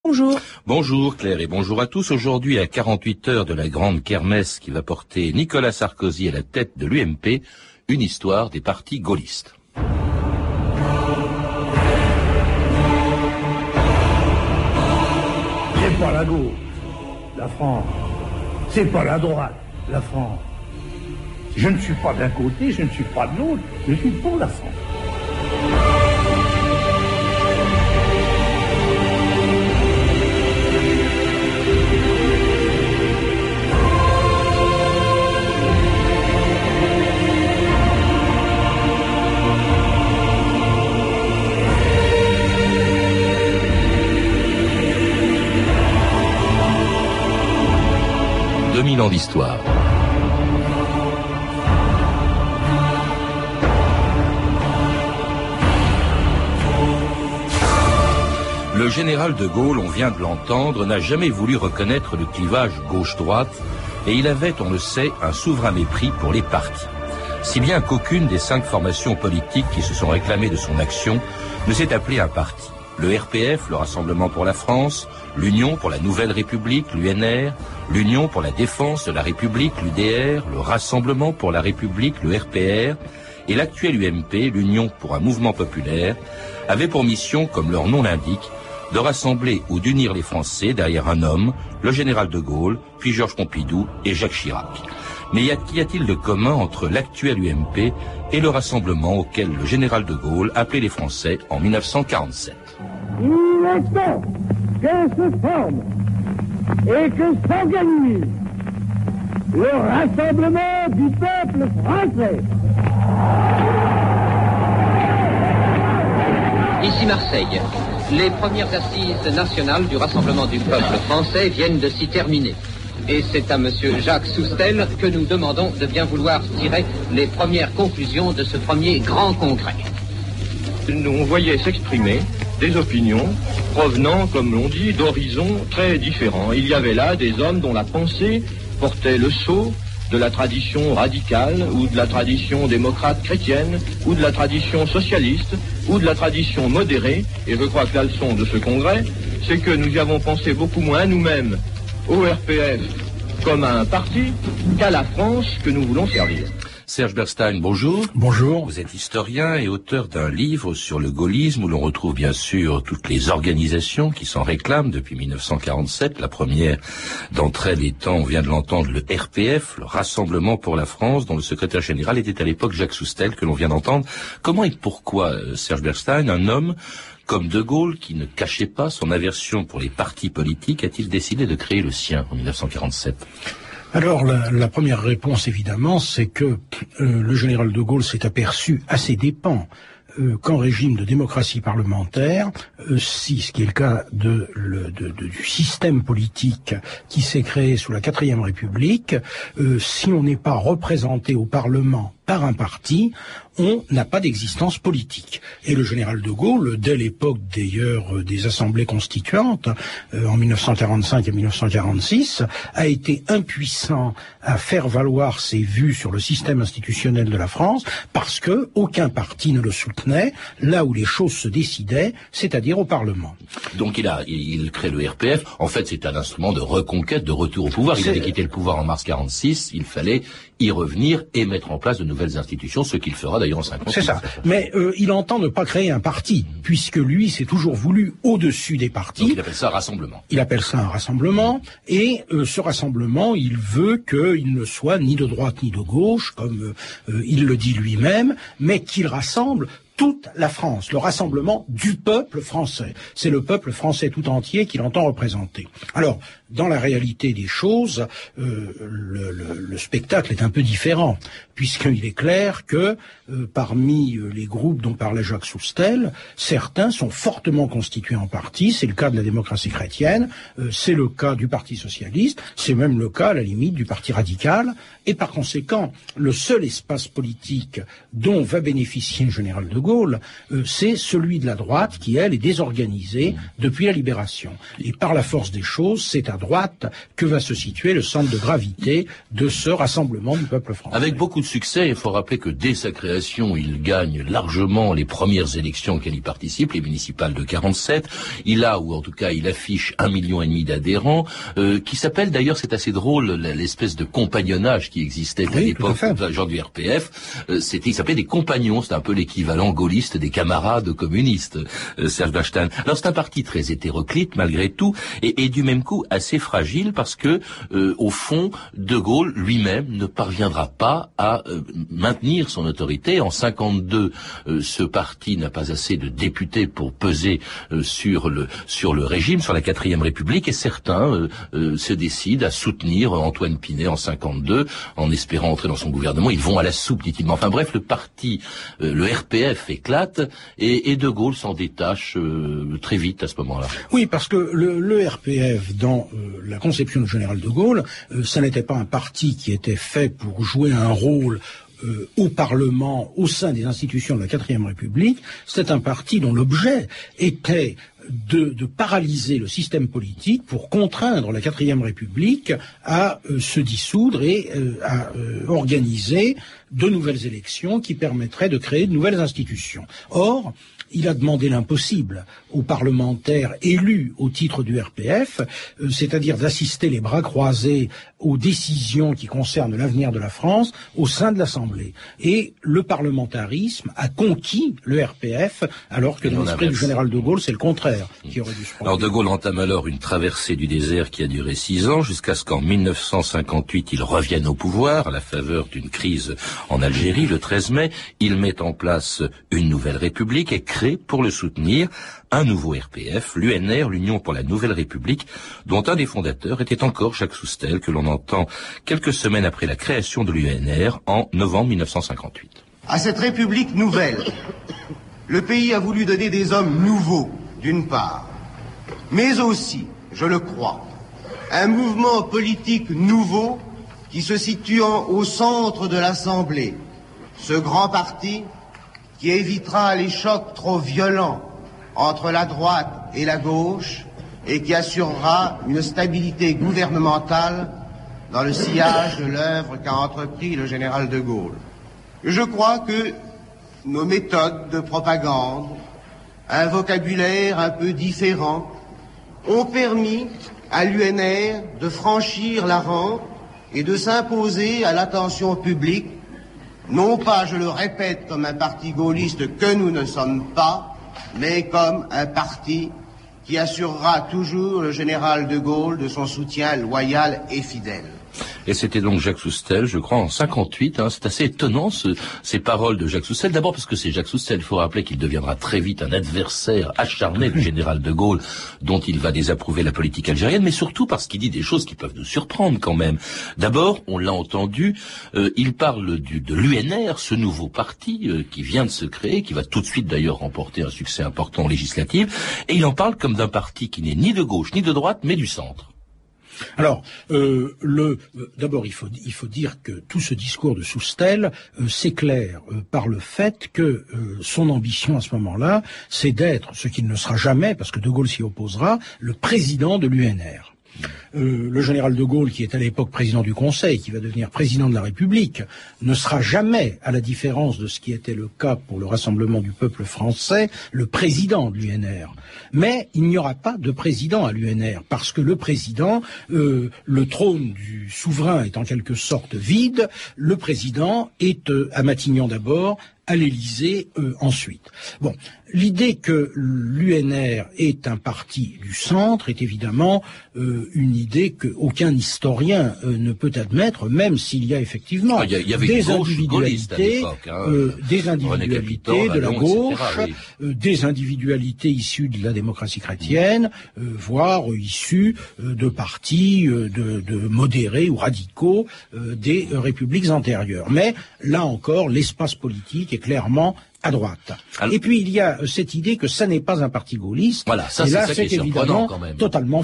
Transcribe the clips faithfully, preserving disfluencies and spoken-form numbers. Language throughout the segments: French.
Bonjour. Bonjour Claire et bonjour à tous. Aujourd'hui, à quarante-huit heures de la grande kermesse qui va porter Nicolas Sarkozy à la tête de l'U M P, une histoire des partis gaullistes. C'est pas la gauche, la France. C'est pas la droite, la France. Je ne suis pas d'un côté, je ne suis pas de l'autre, je suis pour la France. deux mille ans d'histoire. Le général de Gaulle, on vient de l'entendre, n'a jamais voulu reconnaître le clivage gauche-droite et il avait, on le sait, un souverain mépris pour les partis. Si bien qu'aucune des cinq formations politiques qui se sont réclamées de son action ne s'est appelée un parti. Le R P F, le Rassemblement pour la France, l'Union pour la Nouvelle République, l'U N R, l'Union pour la Défense de la République, l'U D R, le Rassemblement pour la République, le R P R, et l'actuel U M P, l'Union pour un mouvement populaire, avaient pour mission, comme leur nom l'indique, de rassembler ou d'unir les Français derrière un homme, le général de Gaulle, puis Georges Pompidou et Jacques Chirac. Mais qu'y a-t-il de commun entre l'actuel U M P et le rassemblement auquel le général de Gaulle appelait les Français en mille neuf cent quarante-sept? Il est temps que se forme et que s'organise le rassemblement du peuple français. Ici Marseille. Les premières assises nationales du Rassemblement du peuple français viennent de s'y terminer. Et c'est à monsieur Jacques Soustel que nous demandons de bien vouloir tirer les premières conclusions de ce premier grand congrès. On voyait s'exprimer des opinions provenant, comme l'on dit, d'horizons très différents. Il y avait là des hommes dont la pensée portait le sceau de la tradition radicale ou de la tradition démocrate chrétienne ou de la tradition socialiste ou de la tradition modérée. Et je crois que la leçon de ce congrès, c'est que nous y avons pensé beaucoup moins nous-mêmes au R P F comme à un parti qu'à la France que nous voulons servir. Serge Berstein, bonjour. Bonjour. Vous êtes historien et auteur d'un livre sur le gaullisme où l'on retrouve bien sûr toutes les organisations qui s'en réclament depuis mille neuf cent quarante-sept. La première d'entre elles étant, on vient de l'entendre, le R P F, le Rassemblement pour la France, dont le secrétaire général était à l'époque Jacques Soustel, que l'on vient d'entendre. Comment et pourquoi, Serge Berstein, un homme comme De Gaulle, qui ne cachait pas son aversion pour les partis politiques, a-t-il décidé de créer le sien en mille neuf cent quarante-sept ? Alors, la, la première réponse, évidemment, c'est que euh, le général de Gaulle s'est aperçu à ses dépens euh, qu'en régime de démocratie parlementaire, euh, si ce qui est le cas de, le, de, de, du système politique qui s'est créé sous la quatrième République, euh, si on n'est pas représenté au Parlement par un parti, on n'a pas d'existence politique. Et le général de Gaulle, dès l'époque d'ailleurs des assemblées constituantes, euh, en mille neuf cent quarante-cinq et mille neuf cent quarante-six, a été impuissant à faire valoir ses vues sur le système institutionnel de la France, parce que aucun parti ne le soutenait, là où les choses se décidaient, c'est-à-dire au Parlement. Donc il a, il, il crée le R P F. En fait, c'est un instrument de reconquête, de retour au pouvoir. Il avait quitté le pouvoir en mars quarante-six. Il fallait y revenir et mettre en place de nouvelles institutions, ce qu'il fera d'ailleurs en cinquante. C'est ça. Mais euh, il entend ne pas créer un parti, puisque lui s'est toujours voulu au-dessus des partis. Donc il appelle ça un rassemblement. Il appelle ça un rassemblement, et euh, ce rassemblement, il veut qu'il ne soit ni de droite ni de gauche, comme euh, il le dit lui-même, mais qu'il rassemble toute la France, le rassemblement du peuple français. C'est le peuple français tout entier qu'il entend représenter. Alors, dans la réalité des choses, euh, le, le, le spectacle est un peu différent, puisqu'il est clair que euh, parmi euh, les groupes dont parlait Jacques Soustel, certains sont fortement constitués en parti. C'est le cas de la démocratie chrétienne, euh, c'est le cas du Parti socialiste, c'est même le cas, à la limite, du Parti radical, et par conséquent, le seul espace politique dont va bénéficier le général de Gaulle, euh, c'est celui de la droite qui, elle, est désorganisée depuis la Libération. Et par la force des choses, c'est à droite que va se situer le centre de gravité de ce rassemblement du peuple français. Avec beaucoup de de succès. Il faut rappeler que dès sa création, il gagne largement les premières élections auxquelles il participe, les municipales de quarante-sept. Il a, ou en tout cas, il affiche un million et demi d'adhérents, euh, qui s'appelle d'ailleurs, c'est assez drôle, l'espèce de compagnonnage qui existait oui, à l'époque, genre du R P F. Euh, c'était, il s'appelait des compagnons. C'est un peu l'équivalent gaulliste des camarades communistes, euh, Serge Bachstein. Alors c'est un parti très hétéroclite malgré tout, et, et du même coup assez fragile parce que, euh, au fond, De Gaulle lui-même ne parviendra pas à euh, maintenir son autorité. En cinquante-deux, euh, ce parti n'a pas assez de députés pour peser euh, sur le sur le régime, sur la quatrième République, et certains euh, euh, se décident à soutenir Antoine Pinay en cinquante-deux, en espérant entrer dans son gouvernement. Ils vont à la soupe, dit-il. Enfin bref, le parti, euh, le R P F éclate, et, et De Gaulle s'en détache euh, très vite à ce moment-là. Oui, parce que le, le R P F, dans euh, la conception du général De Gaulle, euh, ça n'était pas un parti qui était fait pour jouer un rôle Euh, au Parlement, au sein des institutions de la quatrième République. C'est un parti dont l'objet était de, de paralyser le système politique pour contraindre la quatrième République à euh, se dissoudre et euh, à euh, organiser de nouvelles élections qui permettraient de créer de nouvelles institutions. Or, il a demandé l'impossible aux parlementaires élus au titre du R P F, euh, c'est-à-dire d'assister les bras croisés aux décisions qui concernent l'avenir de la France au sein de l'Assemblée. Et le parlementarisme a conquis le R P F, alors que dans l'esprit du général de Gaulle, c'est le contraire qui aurait dû se produire. Alors De Gaulle entame alors une traversée du désert qui a duré six ans, jusqu'à ce qu'en mille neuf cent cinquante-huit, il revienne au pouvoir, à la faveur d'une crise en Algérie. Le treize mai, il met en place une nouvelle république et crée, pour le soutenir, un nouveau R P F, l'U N R, l'Union pour la Nouvelle République, dont un des fondateurs était encore Jacques Soustelle, que l'on entend quelques semaines après la création de l'U N R, en novembre mille neuf cent cinquante-huit. À cette République nouvelle, le pays a voulu donner des hommes nouveaux, d'une part, mais aussi, je le crois, un mouvement politique nouveau qui se situant au centre de l'Assemblée, ce grand parti qui évitera les chocs trop violents entre la droite et la gauche et qui assurera une stabilité gouvernementale dans le sillage de l'œuvre qu'a entrepris le général de Gaulle. Je crois que nos méthodes de propagande, un vocabulaire un peu différent, ont permis à l'U N R de franchir la rampe et de s'imposer à l'attention publique, non pas, je le répète, comme un parti gaulliste que nous ne sommes pas, mais comme un parti qui assurera toujours le général de Gaulle de son soutien loyal et fidèle. Et c'était donc Jacques Soustelle, je crois, en cinquante-huit. Hein. C'est assez étonnant, ce, ces paroles de Jacques Soustelle. D'abord parce que c'est Jacques Soustelle. Il faut rappeler qu'il deviendra très vite un adversaire acharné du général de Gaulle, dont il va désapprouver la politique algérienne, mais surtout parce qu'il dit des choses qui peuvent nous surprendre quand même. D'abord, on l'a entendu, euh, il parle du, de l'U N R, ce nouveau parti euh, qui vient de se créer, qui va tout de suite d'ailleurs remporter un succès important en législative, et il en parle comme d'un parti qui n'est ni de gauche ni de droite, mais du centre. Alors, euh, le, euh, d'abord, il faut, il faut dire que tout ce discours de Soustelle euh, s'éclaire euh, par le fait que euh, son ambition à ce moment-là, c'est d'être, ce qu'il ne sera jamais, parce que De Gaulle s'y opposera, le président de l'U N R. Euh, le général de Gaulle, qui est à l'époque président du Conseil, qui va devenir président de la République, ne sera jamais, à la différence de ce qui était le cas pour le Rassemblement du peuple français, le président de l'U N R. Mais il n'y aura pas de président à l'U N R, parce que le président, euh, le trône du souverain est en quelque sorte vide, le président est euh, à Matignon d'abord, à l'Élysée euh, ensuite. Bon, l'idée que l'U N R est un parti du centre est évidemment euh, une idée qu'aucun historien euh, ne peut admettre, même s'il y a effectivement ah, y a, y avait des individualités, hein, euh, des individualités de la gauche, oui. euh, des individualités issues de la démocratie chrétienne, euh, voire euh, issues euh, de partis euh, de, de modérés ou radicaux euh, des euh, républiques antérieures. Mais là encore, l'espace politique est clairement à droite. Alors, et puis il y a cette idée que ça n'est pas un parti gaulliste. Voilà, ça, et là c'est, c'est évidemment quand même. totalement faux.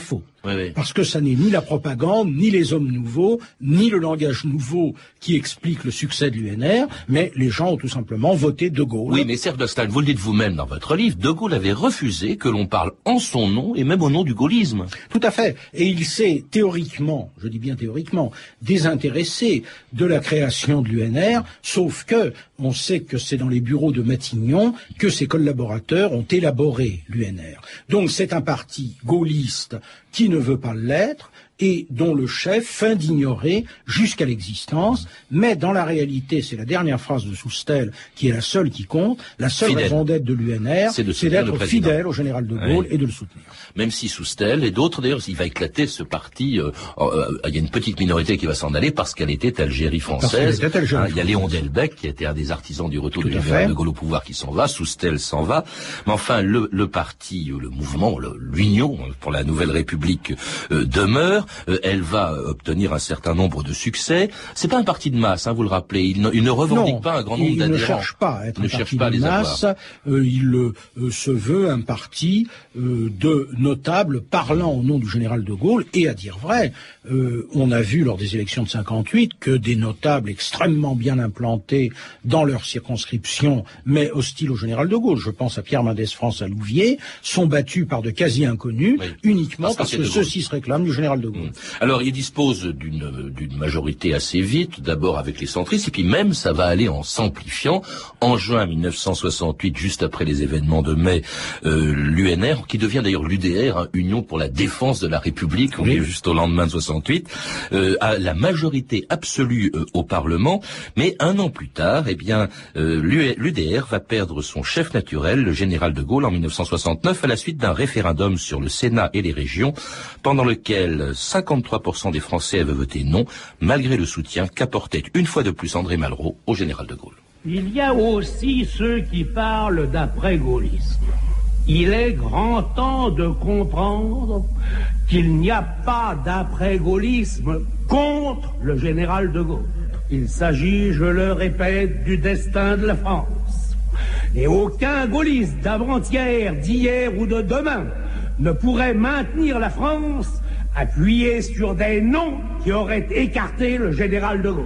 Oui, oui. Parce que ça n'est ni la propagande, ni les hommes nouveaux, ni le langage nouveau qui explique le succès de l'U N R, mais les gens ont tout simplement voté De Gaulle. Oui, mais Serge Dostal, vous le dites vous-même dans votre livre, De Gaulle avait refusé que l'on parle en son nom et même au nom du gaullisme. Tout à fait. Et il s'est théoriquement, je dis bien théoriquement, désintéressé de la création de l'U N R, sauf que on sait que c'est dans les bureaux de Matignon que ses collaborateurs ont élaboré l'U N R. Donc c'est un parti gaulliste qui ne veut pas l'être et dont le chef feint d'ignorer jusqu'à l'existence, mais dans la réalité, c'est la dernière phrase de Soustelle qui est la seule qui compte, la seule Fidèle. raison d'être de l'U N R, c'est, de c'est d'être fidèle au général de Gaulle oui. et de le soutenir. Même si Soustelle et d'autres, d'ailleurs, il va éclater ce parti, euh, euh, il y a une petite minorité qui va s'en aller parce qu'elle était Algérie française. Était Algérie hein, il y a Léon Delbecq qui était un des artisans du retour Tout du à général fait. de Gaulle au pouvoir qui s'en va, Soustelle s'en va. Mais enfin, le, le parti, le mouvement, le, l'Union pour la Nouvelle République euh, demeure. Euh, elle va obtenir un certain nombre de succès. C'est pas un parti de masse, hein, vous le rappelez. Il ne, il ne revendique non, pas un grand nombre il d'adhérents. Il ne cherche pas à être il un ne cherche parti pas à de les masse. Euh, il euh, se veut un parti euh, de notables parlant au nom du général de Gaulle. Et à dire vrai, euh, on a vu lors des élections de cinquante-huit que des notables extrêmement bien implantés dans leur circonscription, mais hostiles au général de Gaulle, je pense à Pierre Mendès France à Louviers, sont battus par de quasi-inconnus, oui, uniquement parce, parce que, que ceux-ci se réclament du général de Gaulle. Mmh. Alors, il dispose d'une, d'une majorité assez vite, d'abord avec les centristes, et puis même ça va aller en s'amplifiant. En juin mille neuf cent soixante-huit, juste après les événements de mai, euh, l'U N R, qui devient d'ailleurs l'U D R, hein, Union pour la défense de la République, on oui. est juste au lendemain de soixante-huit, euh, a la majorité absolue euh, au Parlement, mais un an plus tard, eh bien, euh, l'U D R va perdre son chef naturel, le général de Gaulle, en mille neuf cent soixante-neuf, à la suite d'un référendum sur le Sénat et les régions, pendant lequel cinquante-trois pour cent des Français avaient voté non, malgré le soutien qu'apportait une fois de plus André Malraux au général de Gaulle. Il y a aussi ceux qui parlent d'après-gaullisme. Il est grand temps de comprendre qu'il n'y a pas d'après-gaullisme contre le général de Gaulle. Il s'agit, je le répète, du destin de la France. Et aucun gaulliste d'avant-hier, d'hier ou de demain ne pourrait maintenir la France appuyé sur des noms qui auraient écarté le général de Gaulle.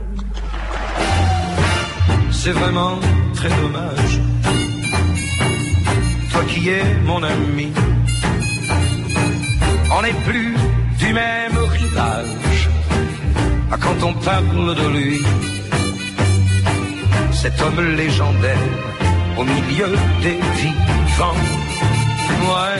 C'est vraiment très dommage. Toi qui es mon ami, on n'est plus du même rivage. Ah, quand on parle de lui, cet homme légendaire au milieu des vivants. Ouais.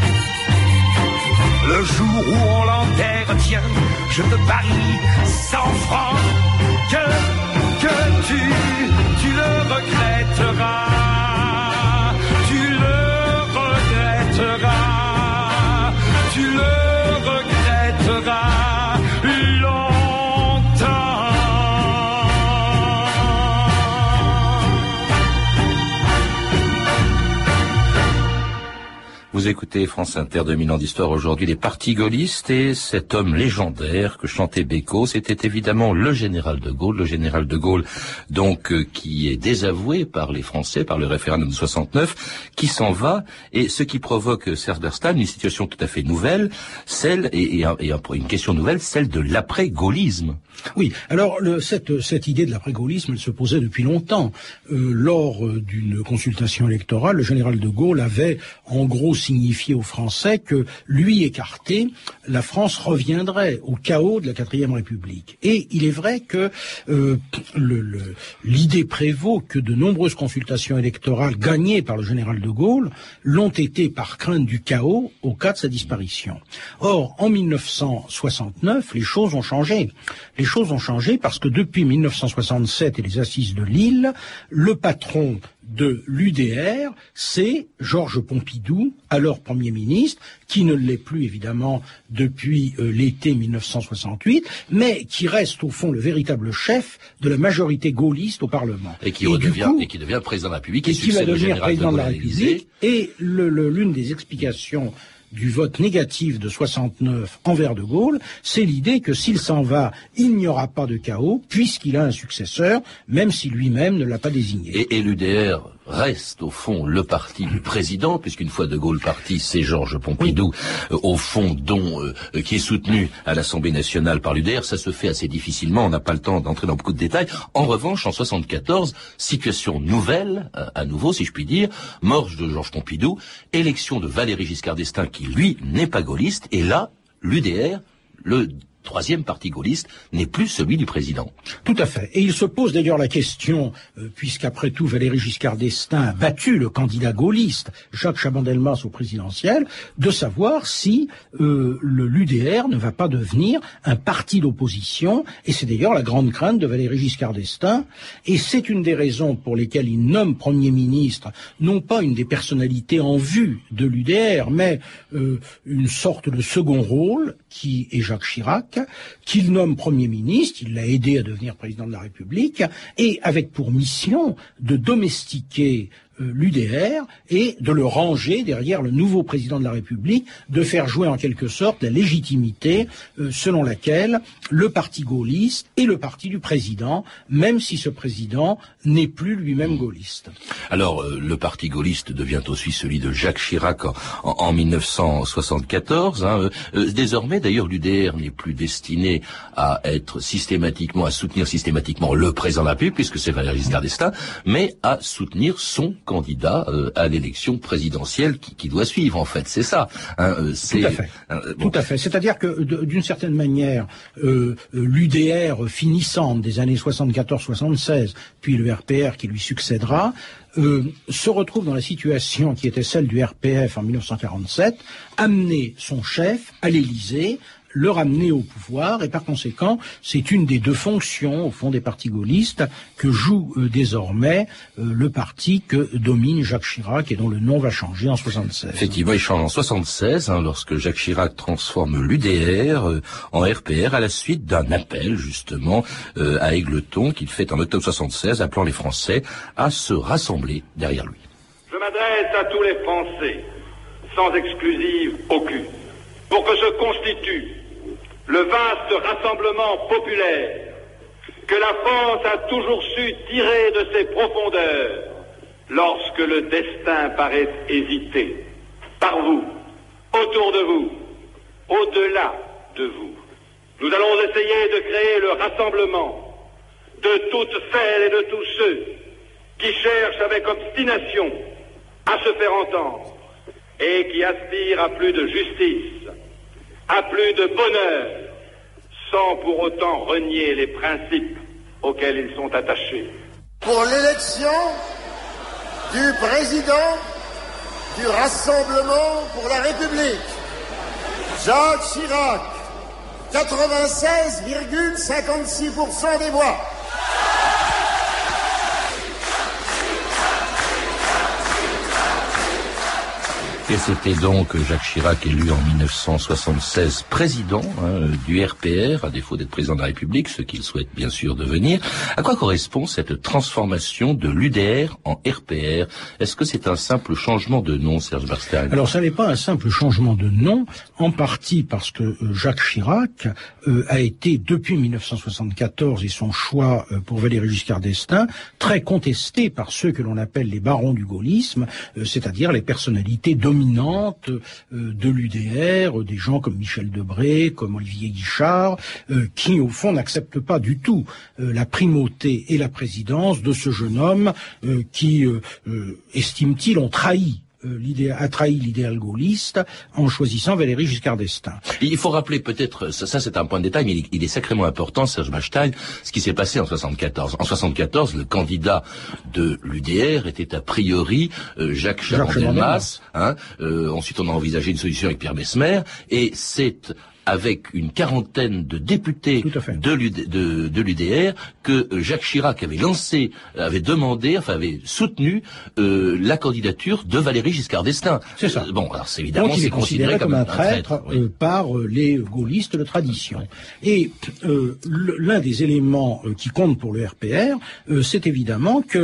Le jour où on l'enterre, tiens, je te parie cent francs que, que tu, tu le regretteras. Tu le regretteras. Tu le regretteras longtemps. Vous écoutez France Inter, deux mille ans d'histoire, aujourd'hui les partis gaullistes, et cet homme légendaire que chantait Bécaud, c'était évidemment le général de Gaulle, le général de Gaulle donc euh, qui est désavoué par les Français, par le référendum de soixante-neuf, qui s'en va, et ce qui provoque, Serge Dostal, une situation tout à fait nouvelle, celle, et, et, et une question nouvelle, celle de l'après-gaullisme. Oui, alors le, cette, cette idée de l'après-gaullisme, elle se posait depuis longtemps. Euh, lors d'une consultation électorale, le général de Gaulle avait en gros signifié aux Français que, lui écarté, la France reviendrait au chaos de la quatrième République. Et il est vrai que euh, le, le, l'idée prévaut que de nombreuses consultations électorales gagnées par le général de Gaulle l'ont été par crainte du chaos au cas de sa disparition. Or, en mille neuf cent soixante-neuf, les choses ont changé. Les choses ont changé parce que depuis mille neuf cent soixante-sept et les assises de Lille, le patron de l'U D R, c'est Georges Pompidou, alors Premier ministre, qui ne l'est plus évidemment depuis euh, l'été mille neuf cent soixante-huit, mais qui reste au fond le véritable chef de la majorité gaulliste au Parlement. Et qui, et redevient, coup, et qui devient président de la République, et qui va devenir président de la République. Et le, le, l'une des explications du vote négatif de soixante-neuf envers de Gaulle, c'est l'idée que s'il s'en va, il n'y aura pas de chaos, puisqu'il a un successeur, même si lui-même ne l'a pas désigné. Et, et l'U D R reste au fond le parti du président, puisqu'une fois De Gaulle parti, c'est Georges Pompidou, euh, au fond, dont euh, qui est soutenu à l'Assemblée nationale par l'U D R. Ça se fait assez difficilement, on n'a pas le temps d'entrer dans beaucoup de détails. En revanche, en soixante-quatorze, situation nouvelle, euh, à nouveau, si je puis dire, mort de Georges Pompidou, élection de Valéry Giscard d'Estaing, qui lui n'est pas gaulliste, et là, l'U D R, le troisième parti gaulliste, n'est plus celui du président. Tout à fait. Et il se pose d'ailleurs la question, euh, puisqu'après tout Valéry Giscard d'Estaing a battu le candidat gaulliste Jacques Chaban-Delmas au présidentiel, de savoir si euh, le l'U D R ne va pas devenir un parti d'opposition. Et c'est d'ailleurs la grande crainte de Valéry Giscard d'Estaing. Et c'est une des raisons pour lesquelles il nomme Premier ministre, non pas une des personnalités en vue de l'U D R, mais euh, une sorte de second rôle, qui est Jacques Chirac, qu'il nomme Premier ministre, il l'a aidé à devenir président de la République, et avec pour mission de domestiquer euh, l'U D R et de le ranger derrière le nouveau président de la République, de faire jouer en quelque sorte la légitimité euh, selon laquelle le parti gaulliste est le parti du président, même si ce président n'est plus lui-même gaulliste. Alors, euh, le parti gaulliste devient aussi celui de Jacques Chirac en, en, en mille neuf cent soixante-quatorze. Hein. Euh, désormais, d'ailleurs, l'U D R n'est plus destiné à être systématiquement, à soutenir systématiquement le président de la République, puisque c'est Valéry Giscard d'Estaing, mais à soutenir son candidat euh, à l'élection présidentielle qui, qui doit suivre, en fait. C'est ça. Hein, euh, c'est, Tout à fait. Euh, bon. Tout à fait. C'est-à-dire que, de, d'une certaine manière, euh, l'U D R finissante des années soixante-quatorze soixante-seize, puis le R P R qui lui succédera, euh, se retrouve dans la situation qui était celle du R P F en mille neuf cent quarante-sept, amener son chef à l'Élysée, le ramener au pouvoir, et par conséquent, c'est une des deux fonctions, au fond, des partis gaullistes que joue euh, désormais euh, le parti que domine Jacques Chirac et dont le nom va changer en soixante-seize. Effectivement, il change en soixante-seize, hein, lorsque Jacques Chirac transforme l'U D R euh, en R P R à la suite d'un appel, justement, euh, à Égletons, qu'il fait en octobre soixante-seize, appelant les Français à se rassembler derrière lui. Je m'adresse à tous les Français, sans exclusive aucune, pour que se constitue le vaste rassemblement populaire que la France a toujours su tirer de ses profondeurs lorsque le destin paraît hésiter. Par vous, autour de vous, au-delà de vous. Nous allons essayer de créer le rassemblement de toutes celles et de tous ceux qui cherchent avec obstination à se faire entendre et qui aspirent à plus de justice, à plus de bonheur, sans pour autant renier les principes auxquels ils sont attachés. Pour l'élection du président du Rassemblement pour la République, Jacques Chirac, quatre-vingt-seize virgule cinquante-six pour cent des voix. Et c'était donc Jacques Chirac élu en mille neuf cent soixante-seize président hein, du R P R, à défaut d'être président de la République, ce qu'il souhaite bien sûr devenir. À quoi correspond cette transformation de l'U D R en R P R? Est-ce que c'est un simple changement de nom, Serge Bernstein? Alors, ça n'est pas un simple changement de nom, en partie parce que euh, Jacques Chirac euh, a été, depuis mille neuf cent soixante-quatorze et son choix euh, pour Valéry Giscard d'Estaing, très contesté par ceux que l'on appelle les barons du gaullisme, euh, c'est-à-dire les personnalités dominantes dominante euh, de l'U D R, des gens comme Michel Debré, comme Olivier Guichard, euh, qui au fond n'acceptent pas du tout euh, la primauté et la présidence de ce jeune homme euh, qui, euh, euh, estime-t-il, ont trahi a trahi l'idéal gaulliste en choisissant Valéry Giscard d'Estaing. Il faut rappeler peut-être, ça, ça c'est un point de détail, mais il, il est sacrément important, Serge Bernstein, ce qui s'est passé en soixante-quatorze. En soixante-quatorze, le candidat de l'U D R était a priori euh, Jacques Chaban-Delmas. Hein, euh, ensuite, on a envisagé une solution avec Pierre Messmer, et c'est avec une quarantaine de députés de l'U D, de, de l'U D R que Jacques Chirac avait lancé, avait demandé, enfin avait soutenu euh, la candidature de Valéry Giscard d'Estaing. C'est ça. Euh, bon, alors c'est évidemment donc il est considéré, considéré comme, comme un traître, un traître oui. euh, par euh, les gaullistes de tradition. Et euh, l'un des éléments euh, qui compte pour le R P R, euh, c'est évidemment que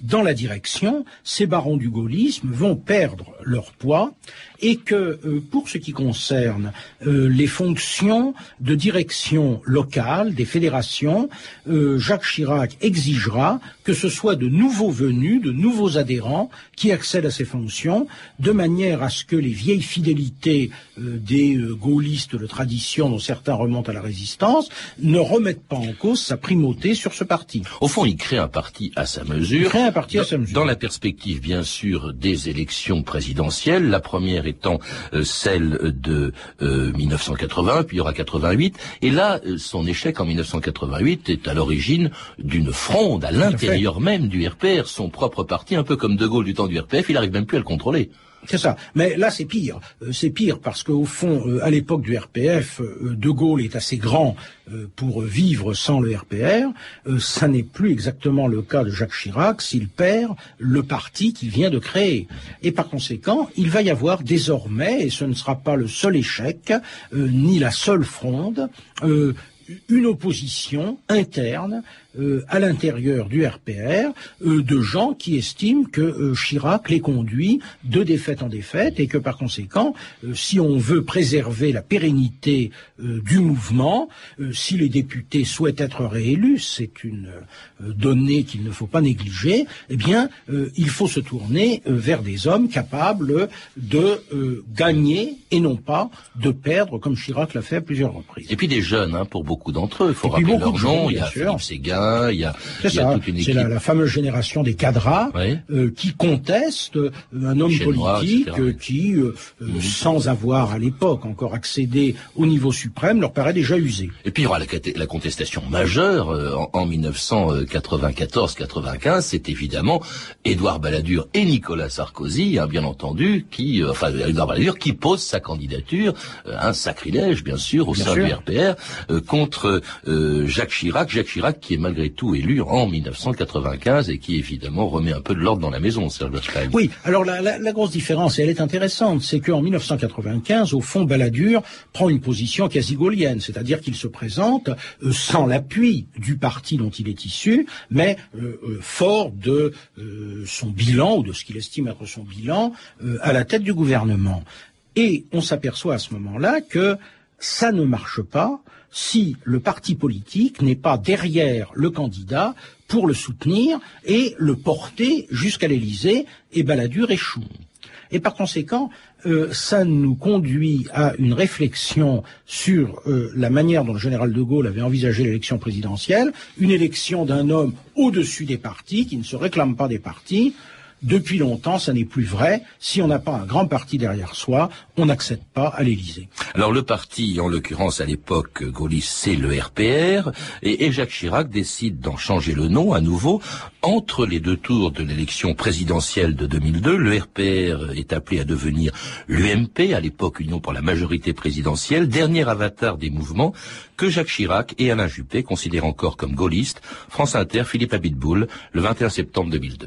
dans la direction, ces barons du gaullisme vont perdre leur poids et que euh, pour ce qui concerne euh, les fonctions de direction locale des fédérations, euh, Jacques Chirac exigera que ce soit de nouveaux venus, de nouveaux adhérents qui accèdent à ces fonctions, de manière à ce que les vieilles fidélités euh, des euh, gaullistes de tradition, dont certains remontent à la résistance, ne remettent pas en cause sa primauté sur ce parti. Au fond, il crée un parti à sa mesure. Il crée un parti à sa mesure. Dans la perspective, bien sûr, des élections présidentielles, la première étant euh, celle de euh, mille neuf cent quatre-vingts, puis il y aura quatre-vingt-huit. Et là, euh, son échec en mille neuf cent quatre-vingt-huit est à l'origine d'une fronde à l'intérieur même du R P R, son propre parti, un peu comme De Gaulle du temps du R P F, il n'arrive même plus à le contrôler. C'est ça. Mais là, c'est pire. Euh, c'est pire parce qu'au fond, euh, à l'époque du R P F, euh, De Gaulle est assez grand euh, pour vivre sans le R P R. Euh, ça n'est plus exactement le cas de Jacques Chirac s'il perd le parti qu'il vient de créer. Et par conséquent, il va y avoir désormais, et ce ne sera pas le seul échec, euh, ni la seule fronde, euh, une opposition interne euh, à l'intérieur du R P R euh, de gens qui estiment que euh, Chirac les conduit de défaite en défaite et que par conséquent, euh, si on veut préserver la pérennité euh, du mouvement, euh, si les députés souhaitent être réélus, c'est une euh, donnée qu'il ne faut pas négliger, eh bien, euh, il faut se tourner euh, vers des hommes capables de euh, gagner et non pas de perdre comme Chirac l'a fait à plusieurs reprises. Et puis des jeunes, hein, pour beaucoup d'entre eux, il faut rappeler leur nom, il y a Philippe Séguin, il y a, il y a toute une équipe. C'est la, la fameuse génération des cadras oui. euh, qui contestent euh, un homme Chenois, politique euh, qui, euh, mmh. sans avoir à l'époque encore accédé au niveau suprême, leur paraît déjà usé. Et puis il y aura la, la contestation majeure euh, en, en mille neuf cent quatre-vingt-quatorze quatre-vingt-quinze, c'est évidemment Édouard Balladur et Nicolas Sarkozy, hein, bien entendu, qui, euh, enfin Édouard Balladur qui pose sa candidature, euh, un sacrilège bien sûr au bien sein sûr. du R P R, euh, contre euh, Jacques Chirac, Jacques Chirac qui est malgré tout élu en mille neuf cent quatre-vingt-quinze et qui évidemment remet un peu de l'ordre dans la maison, Serge Bastien. Oui, alors la, la, la grosse différence, et elle est intéressante, c'est qu'en mille neuf cent quatre-vingt-quinze, au fond, Balladur prend une position quasi gaulienne, c'est-à-dire qu'il se présente euh, sans l'appui du parti dont il est issu, mais euh, euh, fort de euh, son bilan, ou de ce qu'il estime être son bilan, euh, à la tête du gouvernement. Et on s'aperçoit à ce moment-là que ça ne marche pas si le parti politique n'est pas derrière le candidat pour le soutenir et le porter jusqu'à l'Élysée, et Balladur échoue. Et par conséquent, euh, ça nous conduit à une réflexion sur euh, la manière dont le général de Gaulle avait envisagé l'élection présidentielle, une élection d'un homme au-dessus des partis, qui ne se réclame pas des partis. Depuis longtemps, ça n'est plus vrai. Si on n'a pas un grand parti derrière soi, on n'accède pas à l'Élysée. Alors le parti, en l'occurrence à l'époque gaulliste, c'est le R P R, et, et Jacques Chirac décide d'en changer le nom à nouveau. Entre les deux tours de l'élection présidentielle de deux mille deux, le R P R est appelé à devenir l'U M P, à l'époque Union pour la majorité présidentielle, dernier avatar des mouvements que Jacques Chirac et Alain Juppé considèrent encore comme gaullistes. France Inter, Philippe Abitboul, le vingt et un septembre deux mille deux.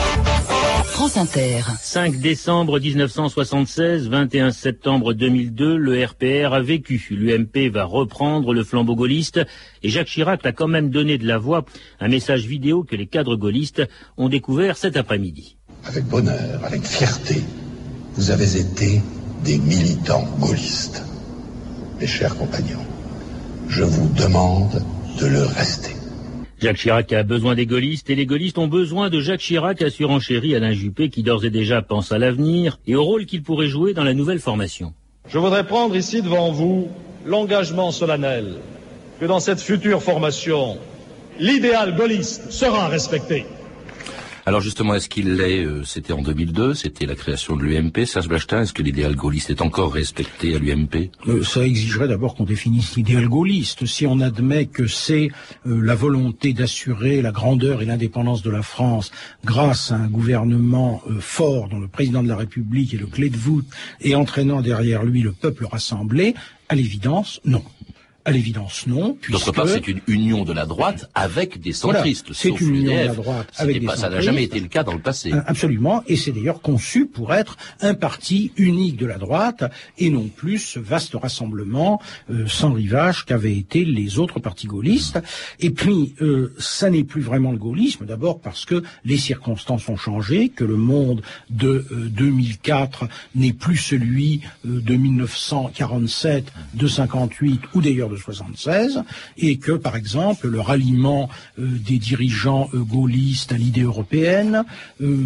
France Inter. cinq décembre mille neuf cent soixante-seize, vingt et un septembre deux mille deux, le R P R a vécu. L'U M P va reprendre le flambeau gaulliste et Jacques Chirac a quand même donné de la voix. Un message vidéo que les cadres gaullistes ont découvert cet après-midi. Avec bonheur, avec fierté, vous avez été des militants gaullistes. Mes chers compagnons, je vous demande de le rester. Jacques Chirac a besoin des gaullistes et les gaullistes ont besoin de Jacques Chirac, a surenchéri Alain Juppé qui d'ores et déjà pense à l'avenir et au rôle qu'il pourrait jouer dans la nouvelle formation. Je voudrais prendre ici devant vous l'engagement solennel que dans cette future formation, l'idéal gaulliste sera respecté. Alors justement, est-ce qu'il l'est, euh, c'était en deux mille deux, c'était la création de l'U M P, Serge Bastien, est-ce que l'idéal gaulliste est encore respecté à l'U M P? euh, Ça exigerait d'abord qu'on définisse l'idéal gaulliste. Si on admet que c'est euh, la volonté d'assurer la grandeur et l'indépendance de la France grâce à un gouvernement euh, fort dont le président de la République est le clé de voûte et entraînant derrière lui le peuple rassemblé, à l'évidence, non. À l'évidence, non. D'autre part, c'est une union de la droite avec des centristes. Voilà, c'est une union de la droite avec des pas, centristes. Ça n'a jamais été le cas dans le passé. Absolument, et c'est d'ailleurs conçu pour être un parti unique de la droite, et non plus ce vaste rassemblement euh, sans rivage qu'avaient été les autres partis gaullistes. Et puis, euh, ça n'est plus vraiment le gaullisme, d'abord parce que les circonstances ont changé, que le monde de euh, deux mille quatre n'est plus celui euh, de mille neuf cent quarante-sept, de cinquante-huit, ou d'ailleurs de soixante-seize, et que, par exemple, le ralliement euh, des dirigeants euh, gaullistes à l'idée européenne euh,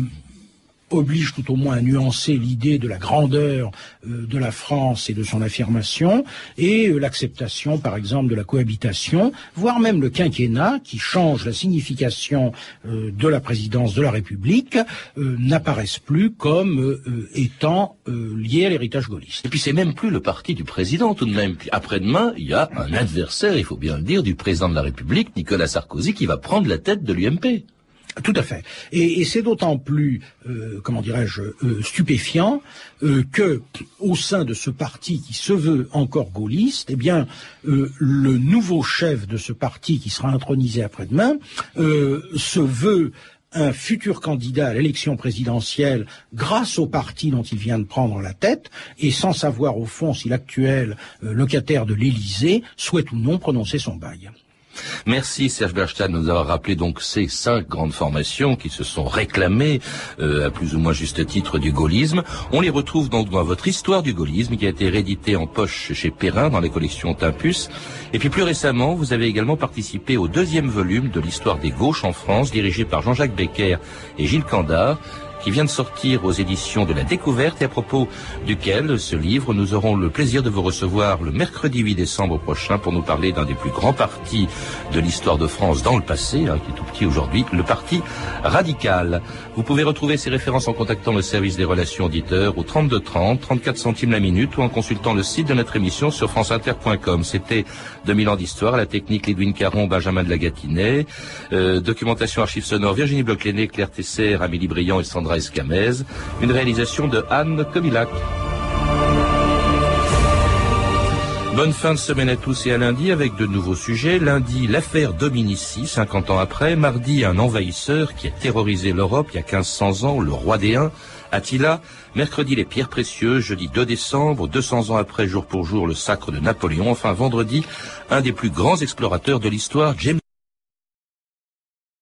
oblige tout au moins à nuancer l'idée de la grandeur euh, de la France et de son affirmation, et euh, l'acceptation, par exemple, de la cohabitation, voire même le quinquennat, qui change la signification euh, de la présidence de la République, euh, n'apparaissent plus comme euh, étant euh, liés à l'héritage gaulliste. Et puis c'est même plus le parti du président tout de même. Puis après-demain, il y a un adversaire, il faut bien le dire, du président de la République, Nicolas Sarkozy, qui va prendre la tête de l'U M P. Tout à fait. Et, et c'est d'autant plus, euh, comment dirais-je, euh, stupéfiant euh, que, au sein de ce parti qui se veut encore gaulliste, eh bien, euh, le nouveau chef de ce parti qui sera intronisé après-demain euh, se veut un futur candidat à l'élection présidentielle grâce au parti dont il vient de prendre la tête, et sans savoir au fond si l'actuel euh, locataire de l'Élysée souhaite ou non prononcer son bail. Merci Serge Bernstein de nous avoir rappelé donc ces cinq grandes formations qui se sont réclamées euh, à plus ou moins juste titre du gaullisme. On les retrouve donc dans votre Histoire du gaullisme qui a été réédité en poche chez Perrin dans les collections Tempus. Et puis plus récemment, vous avez également participé au deuxième volume de l'Histoire des gauches en France, dirigé par Jean-Jacques Becker et Gilles Candard, qui vient de sortir aux éditions de La Découverte et à propos duquel, ce livre, nous aurons le plaisir de vous recevoir le mercredi huit décembre prochain pour nous parler d'un des plus grands partis de l'histoire de France dans le passé, hein, qui est tout petit aujourd'hui, le Parti radical. Vous pouvez retrouver ces références en contactant le service des relations auditeurs au trente-deux trente, trente-quatre centimes la minute ou en consultant le site de notre émission sur franceinter point com. C'était deux mille ans d'histoire, à la technique Lédouine Caron, Benjamin de la Gâtinais, euh, documentation archives sonores Virginie Bloch-Léné, Claire Tesser, Amélie Briand et Sandra Escamez, une réalisation de Anne Comilac. Bonne fin de semaine à tous et à lundi avec de nouveaux sujets. Lundi, l'affaire Dominici, cinquante ans après. Mardi, un envahisseur qui a terrorisé l'Europe il y a quinze cents ans, le roi des Huns, Attila. Mercredi, les pierres précieuses. Jeudi deux décembre, deux cents ans après, jour pour jour, le sacre de Napoléon. Enfin, vendredi, un des plus grands explorateurs de l'histoire, James